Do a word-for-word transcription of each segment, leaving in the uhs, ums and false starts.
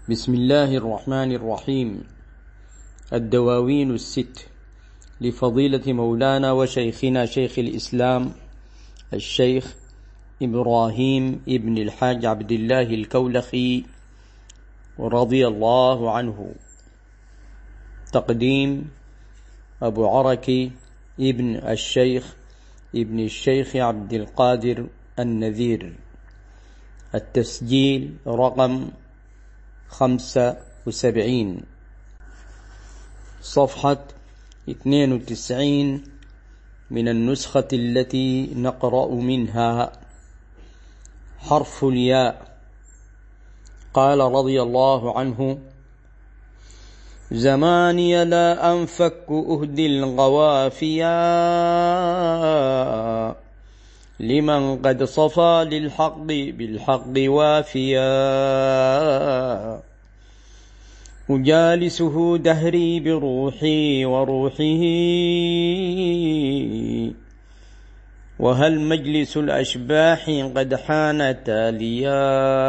بسم الله الرحمن الرحيم. الدواوين الست لفضيلة مولانا وشيخنا شيخ الإسلام الشيخ إبراهيم ابن الحاج عبد الله الكولخي رضي الله عنه. تقديم أبو عركي ابن الشيخ ابن الشيخ عبد القادر النذير. التسجيل رقم خمسة وسبعين، صفحة اثنين وتسعين من النسخة التي نقرأ منها. حرف الياء. قال رضي الله عنه: زماني لا أنفك أهدي الغوافيا لمن قد صفى للحق بالحق وافيا، أجالسه دهري بروحي وروحه، وهل مجلس الأشباح قد حان تاليا،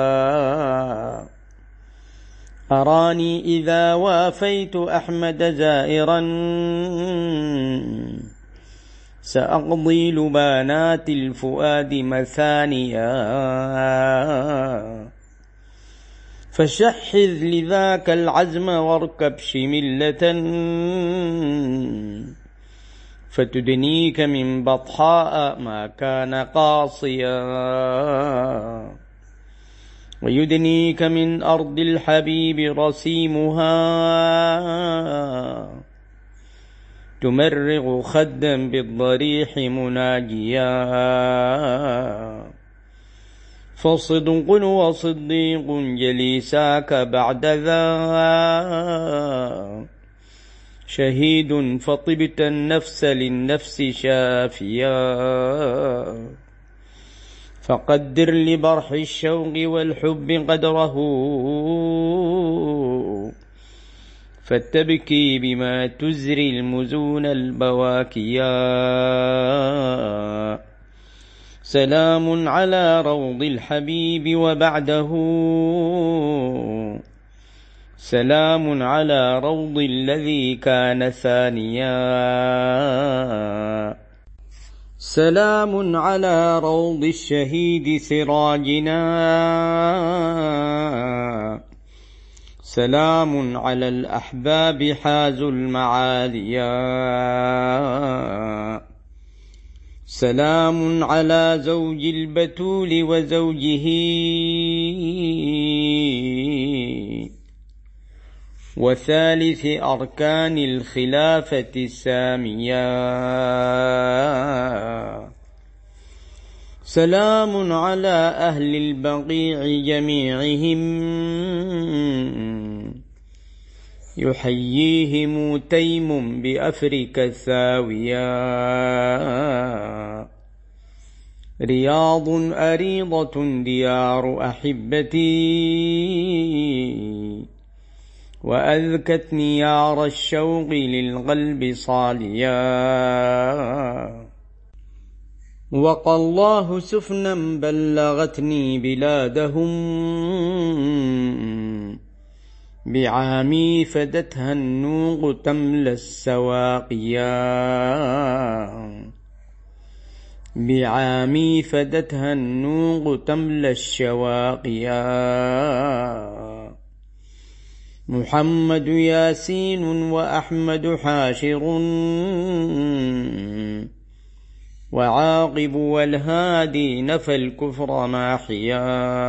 أراني إذا وافيت أحمد زائرا سأقضي لبانات الفؤاد مثانيا، فشحذ لذاك العزم واركب شملة فتدنيك من بطحاء ما كان قاصيا، ويدنيك من أرض الحبيب رسيمها تمرغ خدا بالضريح مناجيا، فصدق وصديق جليساك بعد ذا شهيد فطبت النفس للنفس شافيا، فقدر لبرح الشوق والحب قدره فتبكي بما تزري المزون البواكيا، سلام على روض الحبيب وبعده سلام على روض الذي كان ثانيا، سلام على روض الشهيد سراجنا، سلام على الأحباب حازوا المعاليا، سلام على زوج البتول وزوجه وثالث أركان الخلافة السامية، سلام على أهل البقيع جميعهم يحييهم تيم بأفرك الثاوية، رياض أريضة ديار أحبتي وأذكت نيار الشوق للقلب صاليا، وقى الله سفنا بلغتني بلادهم بعامي فدتها النوق تملى السواقيا، بعامي فدتها النوق تملى الشواقيا، محمد ياسين وأحمد حاشر وعاقب والهادي نفى الكفر ماحيا،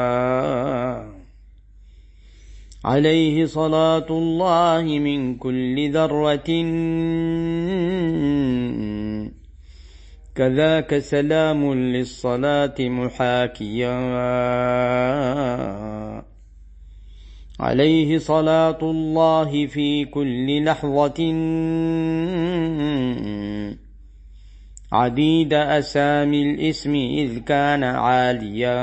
عليه صلاة الله من كل ذرة كذاك سلام للصلاة محاكيا، عليه صلاة الله في كل لحظة عديد أسامي الاسم إذ كان عاليا،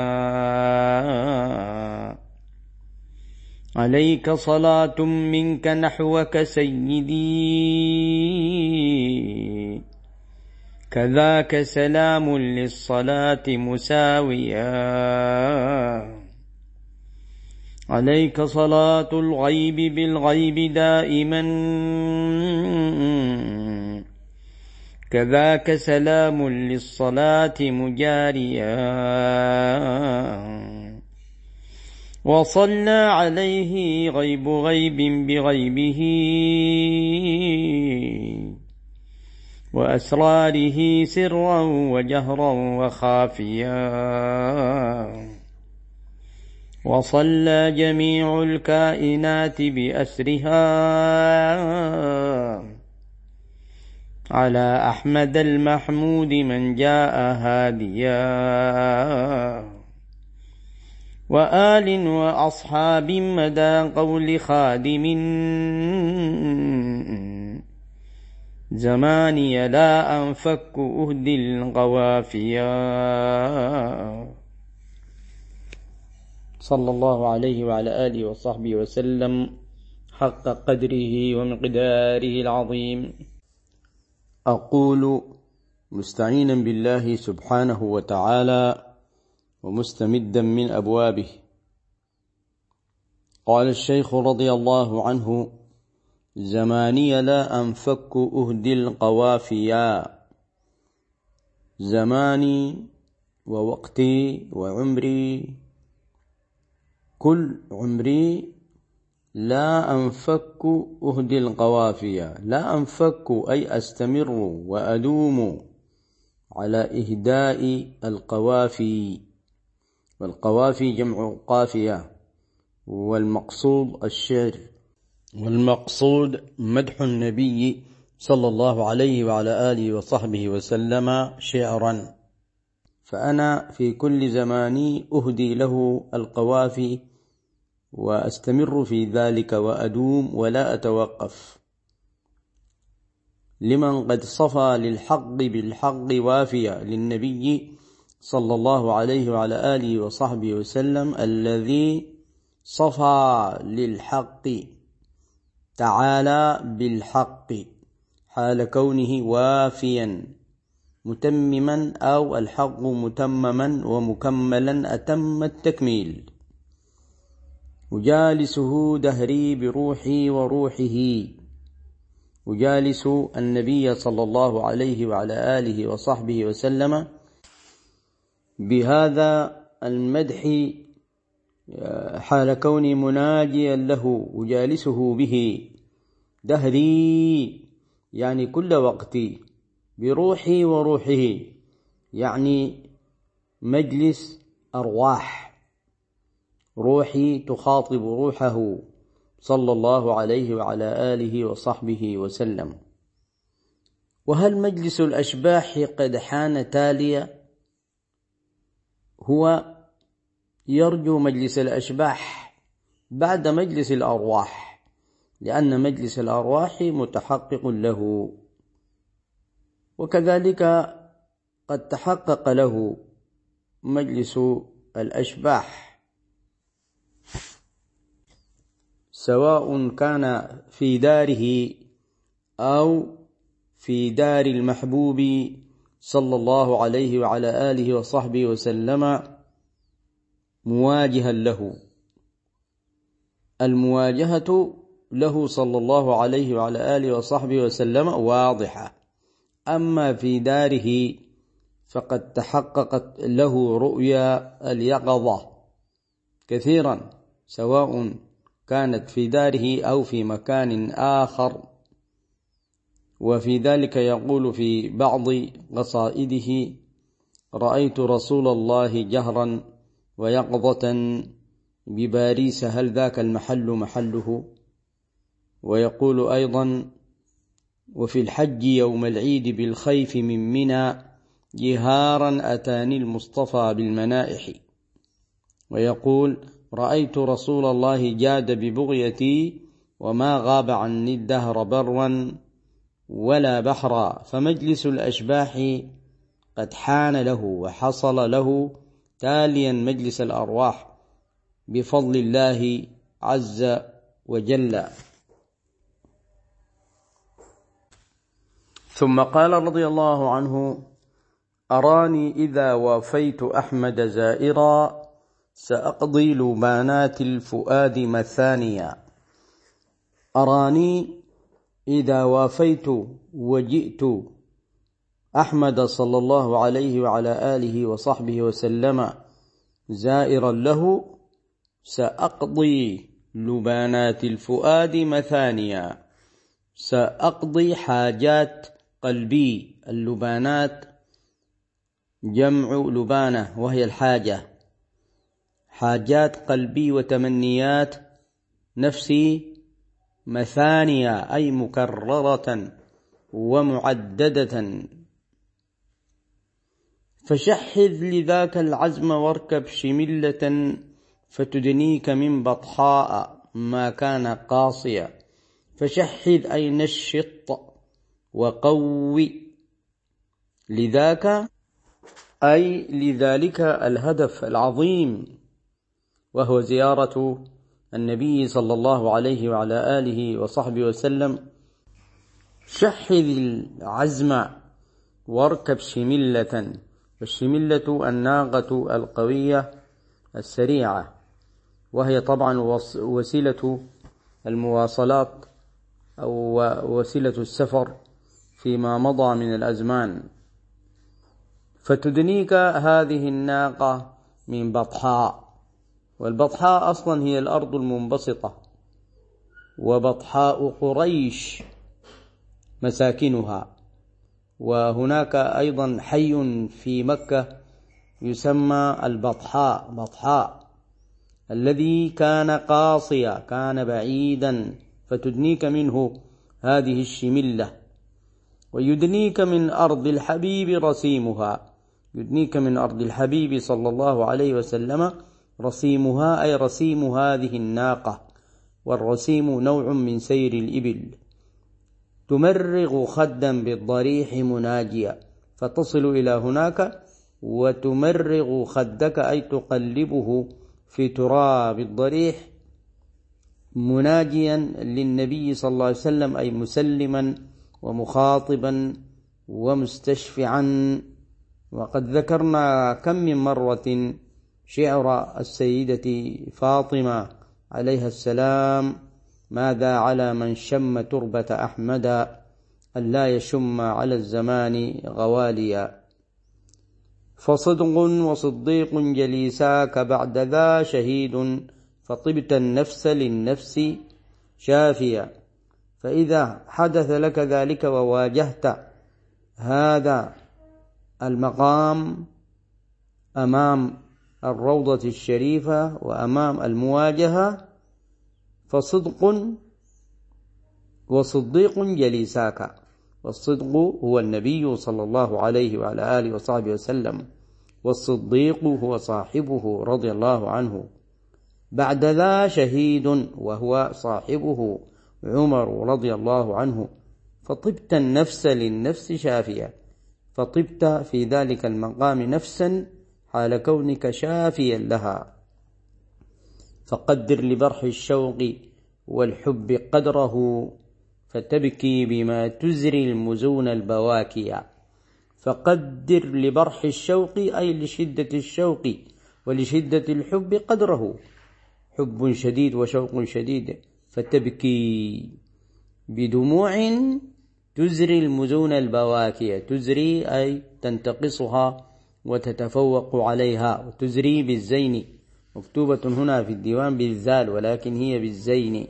عليك صلاة منك نحوك سيدي كذاك سلام للصلاة مساويا، عليك صلاة الغيب بالغيب دائما، كذاك سلام للصلاة مجاريا، وصلى عليه غيب غيب بغيبه، وأسراره سرا وجهرا وخافيا، وصلى جميع الكائنات بأسرها على أحمد المحمود من جاء هاديا، وآل وأصحاب مدى قول خادم زماني لا أنفك أهدي القوافيا. صلى الله عليه وعلى آله وصحبه وسلم حق قدره ومقداره العظيم. أقول مستعينا بالله سبحانه وتعالى ومستمدا من أبوابه. قال الشيخ رضي الله عنه: زماني لا أنفك أهدي القوافيا. زماني ووقتي وعمري، كل عمري لا أنفك أهدي القوافيا. لا أنفك أي أستمر وأدوم على إهداء القوافي، والقوافي جمع قافية، والمقصود الشعر، والمقصود مدح النبي صلى الله عليه وعلى آله وصحبه وسلم شعرا. فأنا في كل زماني أهدي له القوافي وأستمر في ذلك وأدوم ولا أتوقف، لمن قد صفى للحق بالحق وافيا، للنبي صلى الله عليه وعلى آله وصحبه وسلم الذي صفى للحق تعالى بالحق حال كونه وافيا متمما، أو الحق متمما ومكملا أتم التكميل. أجالسه دهري بروحي وروحه، أجالس النبي صلى الله عليه وعلى آله وصحبه وسلم بهذا المدح حال كوني مناجيا له، أجالسه به دهري يعني كل وقتي، بروحي وروحه يعني مجلس أرواح، روحي تخاطب روحه صلى الله عليه وعلى آله وصحبه وسلم. وهل مجلس الأشباح قد حان تاليا؟ هو يرجو مجلس الأشباح بعد مجلس الأرواح، لأن مجلس الأرواح متحقق له، وكذلك قد تحقق له مجلس الأشباح، سواء كان في داره أو في دار المحبوب صلى الله عليه وعلى آله وصحبه وسلم مواجها له. المواجهة له صلى الله عليه وعلى آله وصحبه وسلم واضحة، أما في داره فقد تحققت له رؤيا اليقظة كثيرا، سواء كانت في داره أو في مكان آخر. وفي ذلك يقول في بعض قصائده: رأيت رسول الله جهرا ويقظة بباريس، هل ذاك المحل محله؟ ويقول أيضا: وفي الحج يوم العيد بالخيف من منى، جهارا أتاني المصطفى بالمنائح. ويقول: رأيت رسول الله جاد ببغيتي، وما غاب عني الدهر بروا ولا بحرا. فمجلس الأشباح قد حان له وحصل له تاليا مجلس الأرواح بفضل الله عز وجل. ثم قال رضي الله عنه: أراني إذا وافيت أحمد زائرا، سأقضي لبانات الفؤاد مثانيا. أراني إذا وافيت وجئت أحمد صلى الله عليه وعلى آله وصحبه وسلم زائرا له سأقضي لبانات الفؤاد مثانيا. سأقضي حاجات قلبي. اللبانات جمع لبانة وهي الحاجة. حاجات قلبي وتمنيات نفسي مثانية أي مكررة ومعددة. فشحذ لذاك العزم واركب شملة فتدنيك من بطحاء ما كان قاصيا. فشحذ أي نشط وقوي لذاك أي لذلك الهدف العظيم وهو زيارة النبي صلى الله عليه وعلى آله وصحبه وسلم. شحذ العزم واركب شملة. والشملة الناقة القوية السريعة، وهي طبعا وسيلة المواصلات أو وسيلة السفر فيما مضى من الأزمان. فتدنيك هذه الناقة من بطحاء، والبطحاء أصلا هي الأرض المنبسطة، وبطحاء قريش مساكنها. وهناك أيضا حي في مكة يسمى البطحاء بطحاء الذي كان قاصيا، كان بعيدا، فتدنيك منه هذه الشملة. ويدنيك من أرض الحبيب رسيمها. يدنيك من أرض الحبيب صلى الله عليه وسلم رسيمها أي رسيم هذه الناقة. والرسيم نوع من سير الإبل. تمرغ خدا بالضريح مناجيا، فتصل إلى هناك وتمرغ خدك أي تقلبه في تراب الضريح مناجيا للنبي صلى الله عليه وسلم أي مسلما ومخاطبا ومستشفعا. وقد ذكرنا كم من مرة شعر السيدة فاطمة عليها السلام: ماذا على من شم تربة أحمد أن لا يشم على الزمان غواليا. فصدق وصديق جليساك بعد ذا شهيد فطبت النفس للنفس شافيا. فإذا حدث لك ذلك وواجهت هذا المقام أمام الروضة الشريفة وأمام المواجهة، فصدق وصديق جليساك. والصدق هو النبي صلى الله عليه وعلى آله وصحبه وسلم، والصديق هو صاحبه رضي الله عنه. بعد ذا شهيد وهو صاحبه عمر رضي الله عنه. فطبت النفس للنفس شافية. فطبت في ذلك المقام نفسا حال كونك شافيا لها. فقدر لبرح الشوق والحب قدره فتبكي بما تزري المزون البواكيا. فقدر لبرح الشوق أي لشدة الشوق ولشدة الحب قدره، حب شديد وشوق شديد. فتبكي بدموع تزري المزون البواكيا. تزري أي تنتقصها وتتفوق عليها. وتزري بالزين، مكتوبة هنا في الديوان بالذال ولكن هي بالزين.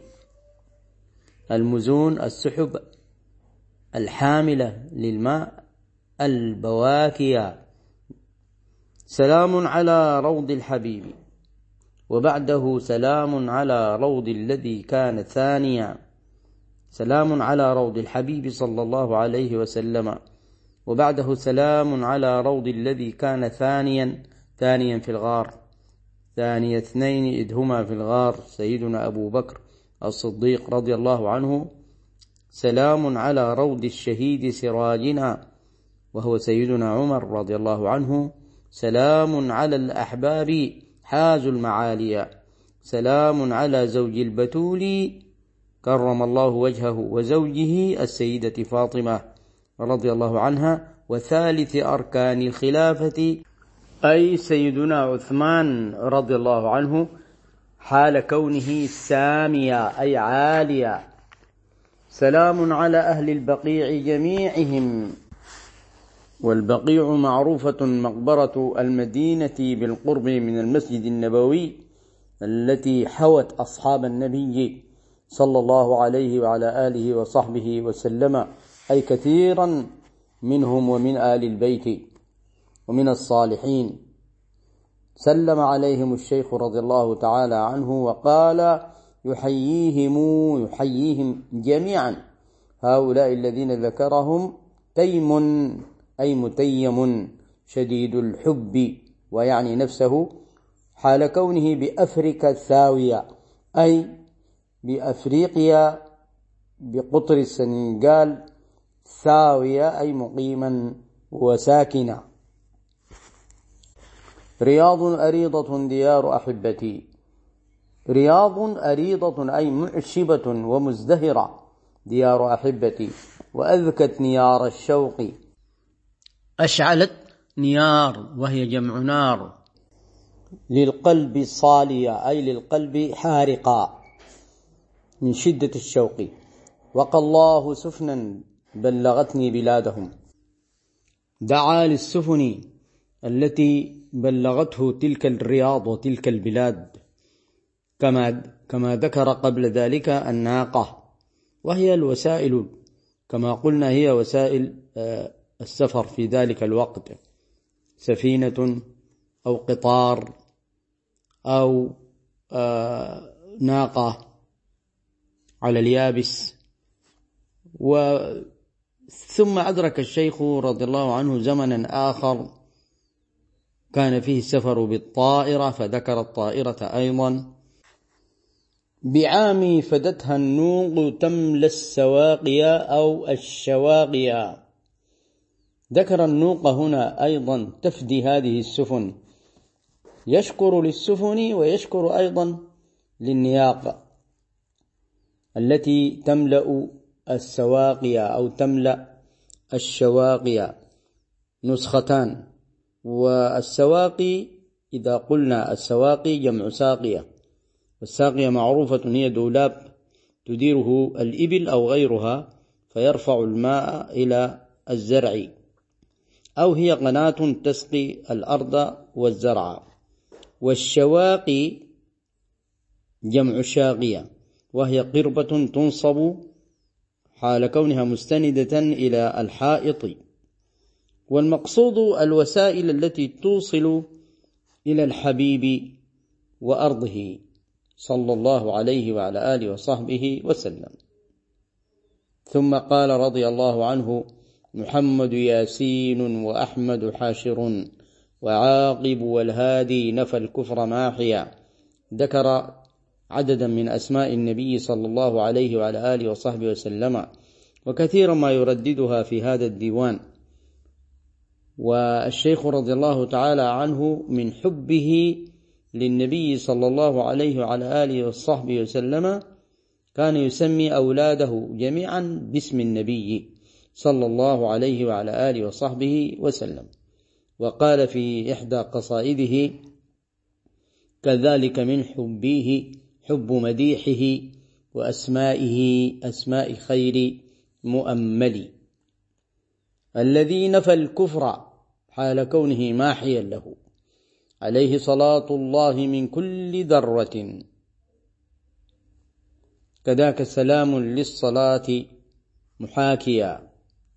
المزون السحب الحاملة للماء البواكيا. سلام على روض الحبيب، وبعده سلام على روض الذي كان ثانيا. سلام على روض الحبيب صلى الله عليه وسلم، وبعده سلام على روض الذي كان ثانيا. ثانيا في الغار، ثاني اثنين إذ هما في الغار، سيدنا أبو بكر الصديق رضي الله عنه. سلام على روض الشهيد سراجنا، وهو سيدنا عمر رضي الله عنه. سلام على الأحباب حازوا المعالي. سلام على زوج البتول كرم الله وجهه وزوجه السيدة فاطمة رضي الله عنها، وثالث أركان الخلافة أي سيدنا عثمان رضي الله عنه حال كونه ساميا أي عاليا. سلام على أهل البقيع جميعهم. والبقيع معروفة مقبرة المدينة بالقرب من المسجد النبوي التي حوت أصحاب النبي صلى الله عليه وعلى آله وصحبه وسلم، أي كثيرا منهم ومن آل البيت ومن الصالحين. سلم عليهم الشيخ رضي الله تعالى عنه وقال يحييهم يحييهم جميعا هؤلاء الذين ذكرهم تيم أي متيم شديد الحب، ويعني نفسه حال كونه بأفريكا الثاوية أي بأفريقيا بقطر السنغال، ثاوية أي مقيما وساكنا. رياض أريضة ديار أحبتي. رياض أريضة أي معشبة ومزدهرة ديار أحبتي، وأذكت نيار الشوق. أشعلت نيار وهي جمع نار. للقلب صالية أي للقلب حارقة من شدة الشوق. وقى الله سفنا بلغتني بلادهم. دعا للسفن التي بلغته تلك الرياض وتلك البلاد، كما كما ذكر قبل ذلك الناقة، وهي الوسائل كما قلنا هي وسائل السفر في ذلك الوقت، سفينة أو قطار أو ناقة على اليابس. ثم أدرك الشيخ رضي الله عنه زمنا آخر كان فيه السفر بالطائرة، فذكر الطائرة أيضا. بعامي فدتها النوق تملى السواقيا أو الشواقيا. ذكر النوق هنا أيضا تفدي هذه السفن، يشكر للسفن ويشكر أيضا للنياق التي تملأ السواقيا أو تملأ الشواقيا، نسختان. والسواقي إذا قلنا السواقي جمع ساقية، والساقية معروفة هي دولاب تديره الإبل أو غيرها فيرفع الماء إلى الزرع، أو هي قناة تسقي الأرض والزرع. والشواقي جمع شاقية، وهي قربة تنصب حال كونها مستندة إلى الحائط. والمقصود الوسائل التي توصل إلى الحبيب وأرضه صلى الله عليه وعلى آله وصحبه وسلم. ثم قال رضي الله عنه محمد ياسين وأحمد حاشر وعاقب والهادي نفى الكفر ماحيا. ذكر عددا من أسماء النبي صلى الله عليه وعلى آله وصحبه وسلم، وكثيرا ما يرددها في هذا الديوان. والشيخ رضي الله تعالى عنه من حبه للنبي صلى الله عليه وعلى آله وصحبه وسلم كان يسمي أولاده جميعا باسم النبي صلى الله عليه وعلى آله وصحبه وسلم. وقال في إحدى قصائده كذلك من حبه حب مديحه وأسمائه أسماء خير مؤمل. الذي نفى الكفر حال كونه ماحيا له، عليه صلاة الله من كل ذرة. كذاك سلام للصلاة محاكيا.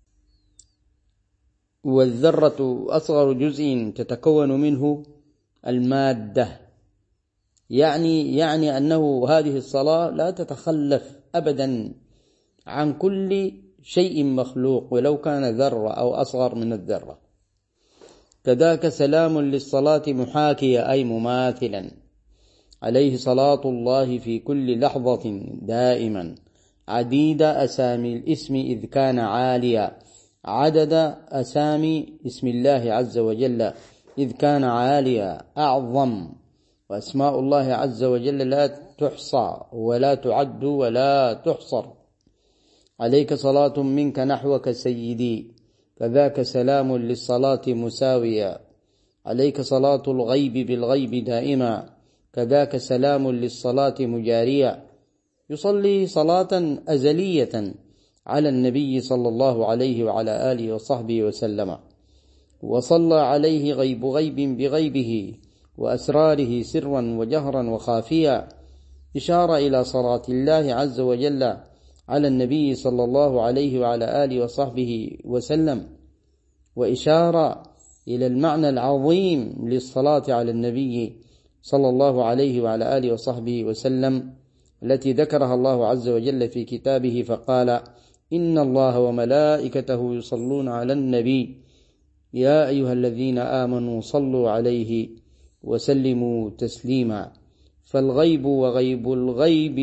والذرة أصغر جزء تتكون منه المادة، يعني يعني أنه هذه الصلاة لا تتخلف أبدا عن كل شيء مخلوق ولو كان ذرة أو أصغر من الذرة. كذاك سلام للصلاة محاكية أي مماثلا، عليه صلاة الله في كل لحظة دائما. عديد أسامي الاسم إذ كان عاليا، عدد أسامي اسم الله عز وجل إذ كان عاليا أعظم. وأسماء الله عز وجل لا تحصى ولا تعد ولا تحصر. عليك صلاة منك نحوك سيدي، كذاك سلام للصلاة مساويا. عليك صلاة الغيب بالغيب دائما، كذاك سلام للصلاة مجاريا. يصلي صلاة أزلية على النبي صلى الله عليه وعلى آله وصحبه وسلم، وصلى عليه غيب غيب بغيبه وأسراره سرا وجهرا وخافيا، إشارة إلى صلاة الله عز وجل على النبي صلى الله عليه وعلى آله وصحبه وسلم، وإشارة إلى المعنى العظيم للصلاة على النبي صلى الله عليه وعلى آله وصحبه وسلم التي ذكرها الله عز وجل في كتابه فقال: إن الله وملائكته يصلون على النبي يا أيها الذين آمنوا صلوا عليه وسلموا تسليما. فالغيب وغيب الغيب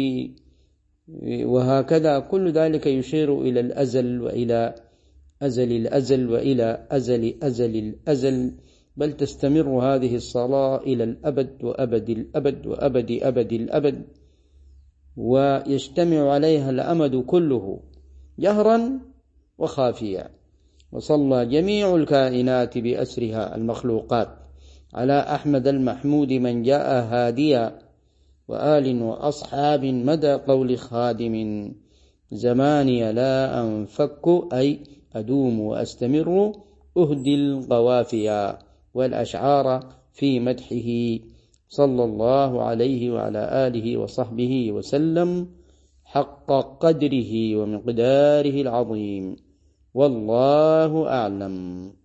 وهكذا كل ذلك يشير إلى الأزل وإلى أزل الأزل وإلى أزل أزل الأزل، بل تستمر هذه الصلاة إلى الأبد وأبد الأبد وأبد أبد الأبد، ويجتمع عليها الأمد كله جهرا وخافيا. وصلى جميع الكائنات بأسرها المخلوقات على أحمد المحمود من جاء هاديا، وآل وأصحاب مدى قول خادم زماني لا أنفك أي أدوم وأستمر أهدي القوافيا والأشعار في مدحه صلى الله عليه وعلى آله وصحبه وسلم حق قدره ومقداره العظيم، والله أعلم.